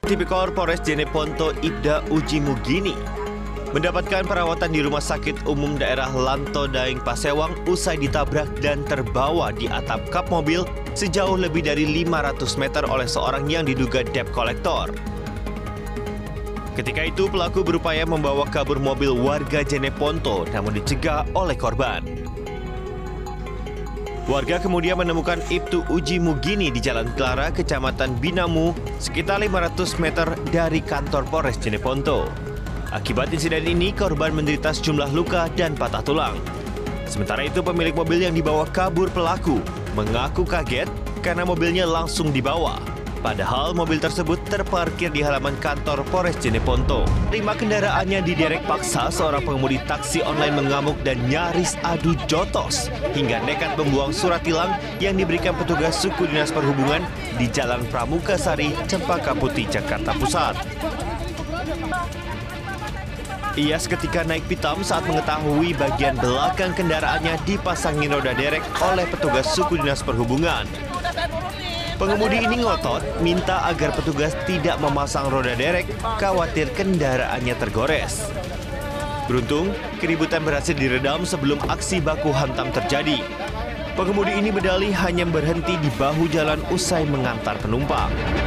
Tipikor Polres Jeneponto Ibda Uji Mugini mendapatkan perawatan di Rumah Sakit Umum Daerah Lanto Daeng Pasewang usai ditabrak dan terbawa di atap kap mobil sejauh lebih dari 500 meter oleh seorang yang diduga debt collector. Ketika itu pelaku berupaya membawa kabur mobil warga Jeneponto namun dicegah oleh korban. Warga kemudian menemukan Ibtu Uji Mugini di Jalan Clara, Kecamatan Binamu, sekitar 500 meter dari kantor Polres Jeneponto. Akibat insiden ini, korban menderita sejumlah luka dan patah tulang. Sementara itu, pemilik mobil yang dibawa kabur pelaku mengaku kaget karena mobilnya langsung dibawa. Padahal mobil tersebut terparkir di halaman kantor Polres Jeneponto. 5 kendaraannya diderek paksa, seorang pengemudi taksi online mengamuk dan nyaris adu jotos hingga nekat membuang surat tilang yang diberikan petugas suku dinas perhubungan di Jalan Pramukasari, Cempaka Putih, Jakarta Pusat. Ia seketika naik pitam saat mengetahui bagian belakang kendaraannya dipasangin roda derek oleh petugas suku dinas perhubungan. Pengemudi ini ngotot minta agar petugas tidak memasang roda derek, khawatir kendaraannya tergores. Beruntung, keributan berhasil diredam sebelum aksi baku hantam terjadi. Pengemudi ini berdalih hanya berhenti di bahu jalan usai mengantar penumpang.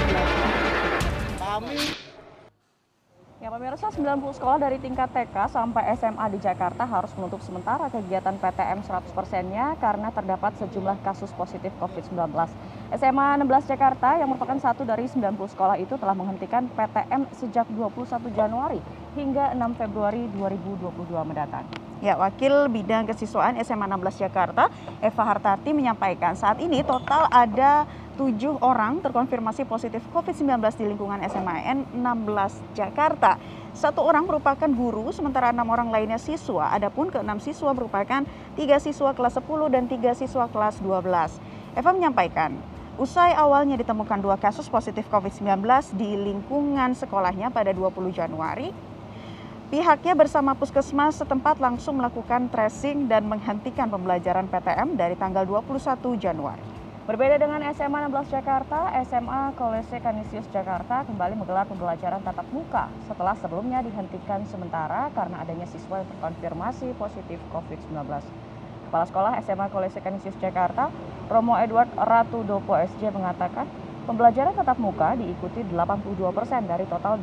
Ya, pemirsa, 90 sekolah dari tingkat TK sampai SMA di Jakarta harus menutup sementara kegiatan PTM 100%-nya karena terdapat sejumlah kasus positif COVID-19. SMA 16 Jakarta yang merupakan satu dari 90 sekolah itu telah menghentikan PTM sejak 21 Januari hingga 6 Februari 2022 mendatang. Ya, Wakil Bidang Kesiswaan SMA 16 Jakarta, Eva Hartati menyampaikan saat ini total ada 7 orang terkonfirmasi positif COVID-19 di lingkungan SMAN 16 Jakarta. 1 orang merupakan guru, sementara 6 orang lainnya siswa. Adapun ke-6 siswa merupakan 3 siswa kelas 10 dan 3 siswa kelas 12. Eva menyampaikan, usai awalnya ditemukan 2 kasus positif COVID-19 di lingkungan sekolahnya pada 20 Januari, pihaknya bersama puskesmas setempat langsung melakukan tracing dan menghentikan pembelajaran PTM dari tanggal 21 Januari. Berbeda dengan SMA 16 Jakarta, SMA Kolese Kanisius Jakarta kembali menggelar pembelajaran tatap muka setelah sebelumnya dihentikan sementara karena adanya siswa yang terkonfirmasi positif COVID-19. Kepala Sekolah SMA Kolese Kanisius Jakarta, Romo Edward Ratudopo SJ mengatakan, pembelajaran tatap muka diikuti 82% dari total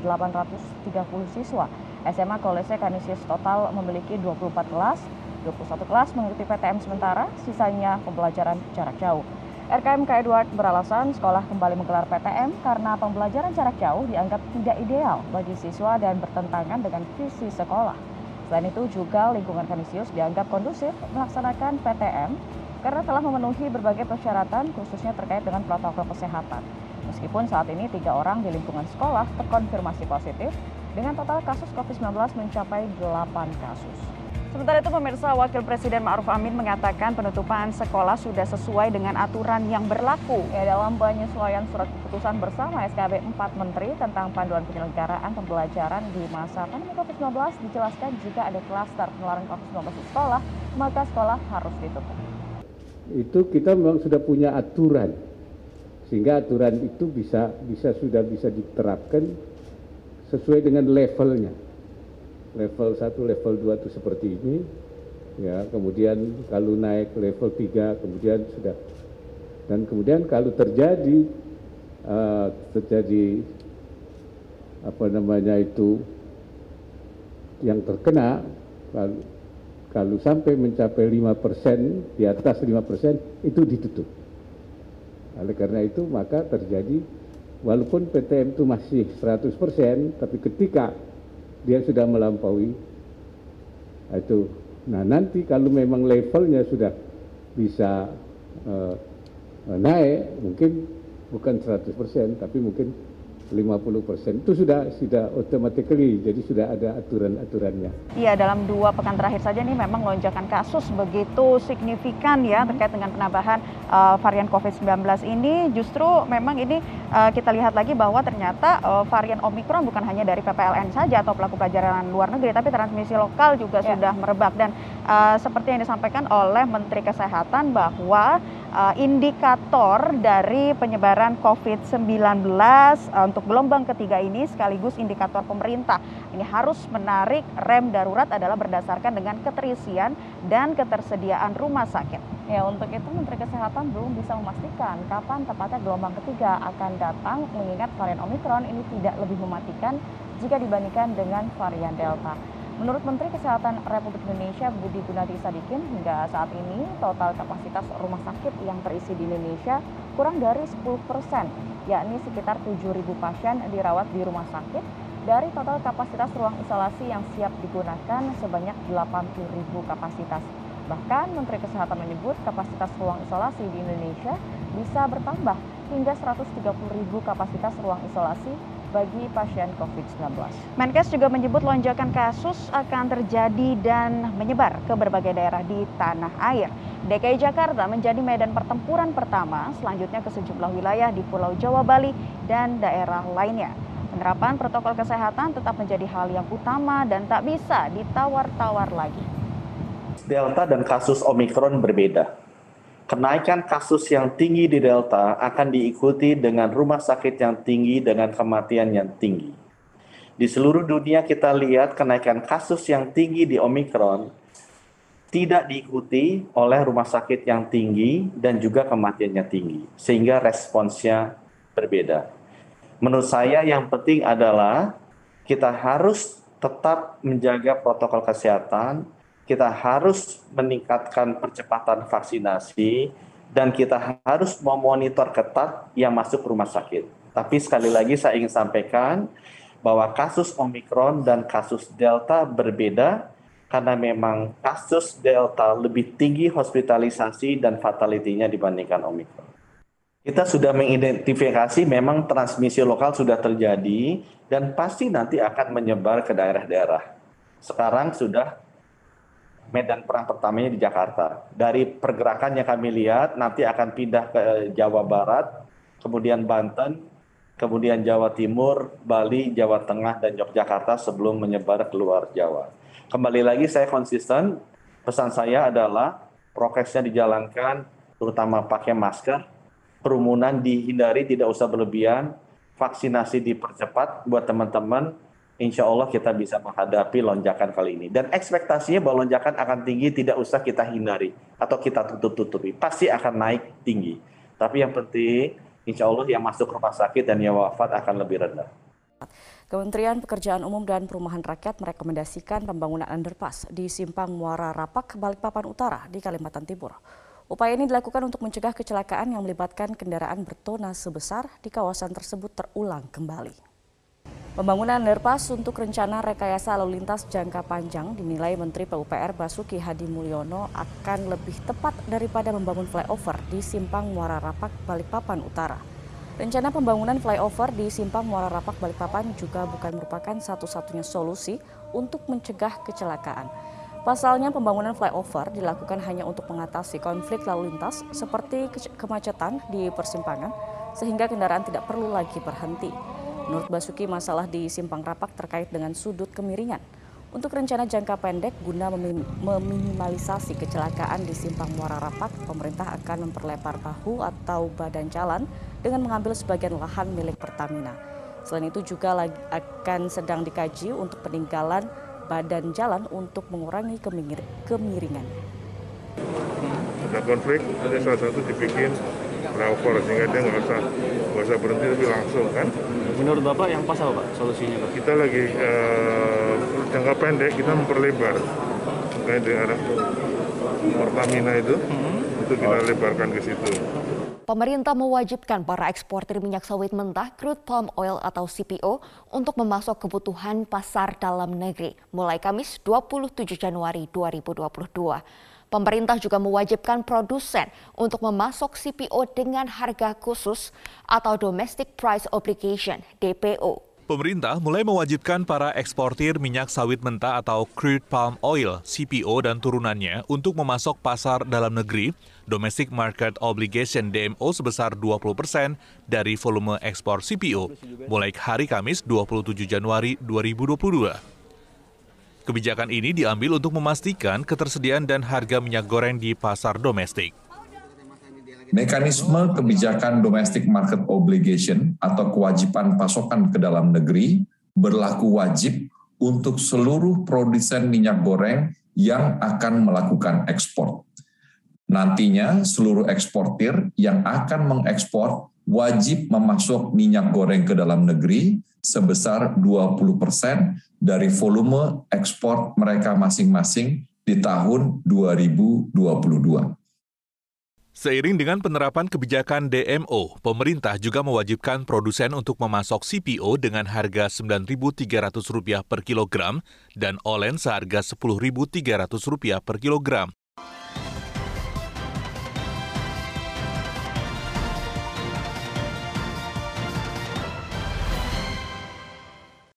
830 siswa. SMA Kolese Kanisius total memiliki 24 kelas, 21 kelas mengikuti PTM sementara, sisanya pembelajaran jarak jauh. RKMK Edward beralasan sekolah kembali menggelar PTM karena pembelajaran jarak jauh dianggap tidak ideal bagi siswa dan bertentangan dengan visi sekolah. Selain itu juga lingkungan Kanisius dianggap kondusif melaksanakan PTM karena telah memenuhi berbagai persyaratan khususnya terkait dengan protokol kesehatan. Meskipun saat ini 3 orang di lingkungan sekolah terkonfirmasi positif dengan total kasus COVID-19 mencapai 8 kasus. Sementara itu pemirsa, Wakil Presiden Ma'ruf Amin mengatakan penutupan sekolah sudah sesuai dengan aturan yang berlaku. Ya, dalam penyesuaian surat keputusan bersama SKB 4 Menteri tentang panduan penyelenggaraan pembelajaran di masa pandemi COVID-19 dijelaskan jika ada klaster penularan COVID-19 di sekolah, maka sekolah harus ditutup. Itu kita memang sudah punya aturan, sehingga aturan itu sudah bisa diterapkan sesuai dengan levelnya. Level 1, level 2 itu seperti ini, ya. Kemudian kalau naik level 3, kemudian sudah, dan kemudian kalau terjadi yang terkena, kalau sampai mencapai 5%, di atas 5% itu ditutup. Oleh karena itu maka terjadi, walaupun PTM itu masih 100%, tapi ketika dia sudah melampaui itu. Nah, nanti kalau memang levelnya sudah bisa naik, mungkin bukan 100%, tapi mungkin 50%. Itu sudah automatically, jadi sudah ada aturan-aturannya. Iya, dalam 2 pekan terakhir saja nih memang lonjakan kasus begitu signifikan ya terkait dengan penambahan varian COVID-19 ini. Justru memang ini kita lihat lagi bahwa ternyata varian Omikron bukan hanya dari PPLN saja atau pelaku pelajaran luar negeri, tapi transmisi lokal juga sudah merebak. Dan seperti yang disampaikan oleh Menteri Kesehatan bahwa indikator dari penyebaran COVID-19 untuk gelombang ketiga ini sekaligus indikator pemerintah. Ini harus menarik rem darurat adalah berdasarkan dengan keterisian dan ketersediaan rumah sakit. Ya, untuk itu Menteri Kesehatan belum bisa memastikan kapan tepatnya gelombang ketiga akan datang mengingat varian Omikron ini tidak lebih mematikan jika dibandingkan dengan varian Delta. Menurut Menteri Kesehatan Republik Indonesia Budi Gunadi Sadikin, hingga saat ini total kapasitas rumah sakit yang terisi di Indonesia kurang dari 10%, yakni sekitar 7.000 pasien dirawat di rumah sakit dari total kapasitas ruang isolasi yang siap digunakan sebanyak 80.000 kapasitas. Bahkan Menteri Kesehatan menyebut kapasitas ruang isolasi di Indonesia bisa bertambah hingga 130.000 kapasitas ruang isolasi bagi pasien COVID-19. Menkes juga menyebut lonjakan kasus akan terjadi dan menyebar ke berbagai daerah di tanah air. DKI Jakarta menjadi medan pertempuran pertama, selanjutnya ke sejumlah wilayah di Pulau Jawa, Bali, dan daerah lainnya. Penerapan protokol kesehatan tetap menjadi hal yang utama dan tak bisa ditawar-tawar lagi. Delta dan kasus Omikron berbeda. Kenaikan kasus yang tinggi di Delta akan diikuti dengan rumah sakit yang tinggi dengan kematian yang tinggi. Di seluruh dunia kita lihat kenaikan kasus yang tinggi di Omikron tidak diikuti oleh rumah sakit yang tinggi dan juga kematiannya tinggi, sehingga responsnya berbeda. Menurut saya yang penting adalah kita harus tetap menjaga protokol kesehatan, kita harus meningkatkan percepatan vaksinasi, dan kita harus memonitor ketat yang masuk rumah sakit. Tapi sekali lagi saya ingin sampaikan bahwa kasus Omikron dan kasus Delta berbeda karena memang kasus Delta lebih tinggi hospitalisasi dan fatality-nya dibandingkan Omikron. Kita sudah mengidentifikasi memang transmisi lokal sudah terjadi dan pasti nanti akan menyebar ke daerah-daerah. Sekarang sudah medan perang pertamanya di Jakarta. Dari pergerakan yang kami lihat, nanti akan pindah ke Jawa Barat, kemudian Banten, kemudian Jawa Timur, Bali, Jawa Tengah, dan Yogyakarta sebelum menyebar keluar Jawa. Kembali lagi saya konsisten, pesan saya adalah prokesnya dijalankan, terutama pakai masker, kerumunan dihindari, tidak usah berlebihan, vaksinasi dipercepat buat teman-teman, insya Allah kita bisa menghadapi lonjakan kali ini. Dan ekspektasinya bahwa lonjakan akan tinggi tidak usah kita hindari atau kita tutup-tutupi. Pasti akan naik tinggi. Tapi yang penting insya Allah yang masuk rumah sakit dan yang wafat akan lebih rendah. Kementerian Pekerjaan Umum dan Perumahan Rakyat merekomendasikan pembangunan underpass di Simpang Muara Rapak, Balikpapan Utara di Kalimantan Timur. Upaya ini dilakukan untuk mencegah kecelakaan yang melibatkan kendaraan bertona besar di kawasan tersebut terulang kembali. Pembangunan underpass untuk rencana rekayasa lalu lintas jangka panjang dinilai Menteri PUPR Basuki Hadi Mulyono akan lebih tepat daripada membangun flyover di Simpang Muara Rapak, Balikpapan Utara. Rencana pembangunan flyover di Simpang Muara Rapak, Balikpapan juga bukan merupakan satu-satunya solusi untuk mencegah kecelakaan. Pasalnya pembangunan flyover dilakukan hanya untuk mengatasi konflik lalu lintas seperti kemacetan di persimpangan sehingga kendaraan tidak perlu lagi berhenti. Menurut Basuki, masalah di Simpang Rapak terkait dengan sudut kemiringan. Untuk rencana jangka pendek guna meminimalisasi kecelakaan di Simpang Muara Rapak, pemerintah akan memperlebar bahu atau badan jalan dengan mengambil sebagian lahan milik Pertamina. Selain itu juga akan sedang dikaji untuk peninggalan badan jalan untuk mengurangi kemiringan. Ada konflik, ada salah satu dibikin flyover sehingga dia nggak usah berhenti tapi langsung kan. Menurut Bapak yang pas apa Pak solusinya Pak? Kita lagi jangka pendek kita memperlebar kayak di arah Pertamina itu kita lebarkan ke situ. Pemerintah mewajibkan para eksportir minyak sawit mentah crude palm oil atau CPO untuk memasok kebutuhan pasar dalam negeri mulai Kamis 27 Januari 2022. Pemerintah juga mewajibkan produsen untuk memasok CPO dengan harga khusus atau Domestic Price Obligation (DPO). Pemerintah mulai mewajibkan para eksportir minyak sawit mentah atau crude palm oil (CPO) dan turunannya untuk memasok pasar dalam negeri Domestic Market Obligation (DMO) sebesar 20% dari volume ekspor CPO mulai hari Kamis 27 Januari 2022. Kebijakan ini diambil untuk memastikan ketersediaan dan harga minyak goreng di pasar domestik. Mekanisme kebijakan domestic market obligation atau kewajiban pasokan ke dalam negeri berlaku wajib untuk seluruh produsen minyak goreng yang akan melakukan ekspor. Nantinya seluruh eksportir yang akan mengekspor wajib memasok minyak goreng ke dalam negeri sebesar 20% dari volume ekspor mereka masing-masing di tahun 2022. Seiring dengan penerapan kebijakan DMO, pemerintah juga mewajibkan produsen untuk memasok CPO dengan harga Rp9.300 per kilogram dan Olen seharga Rp10.300 per kilogram.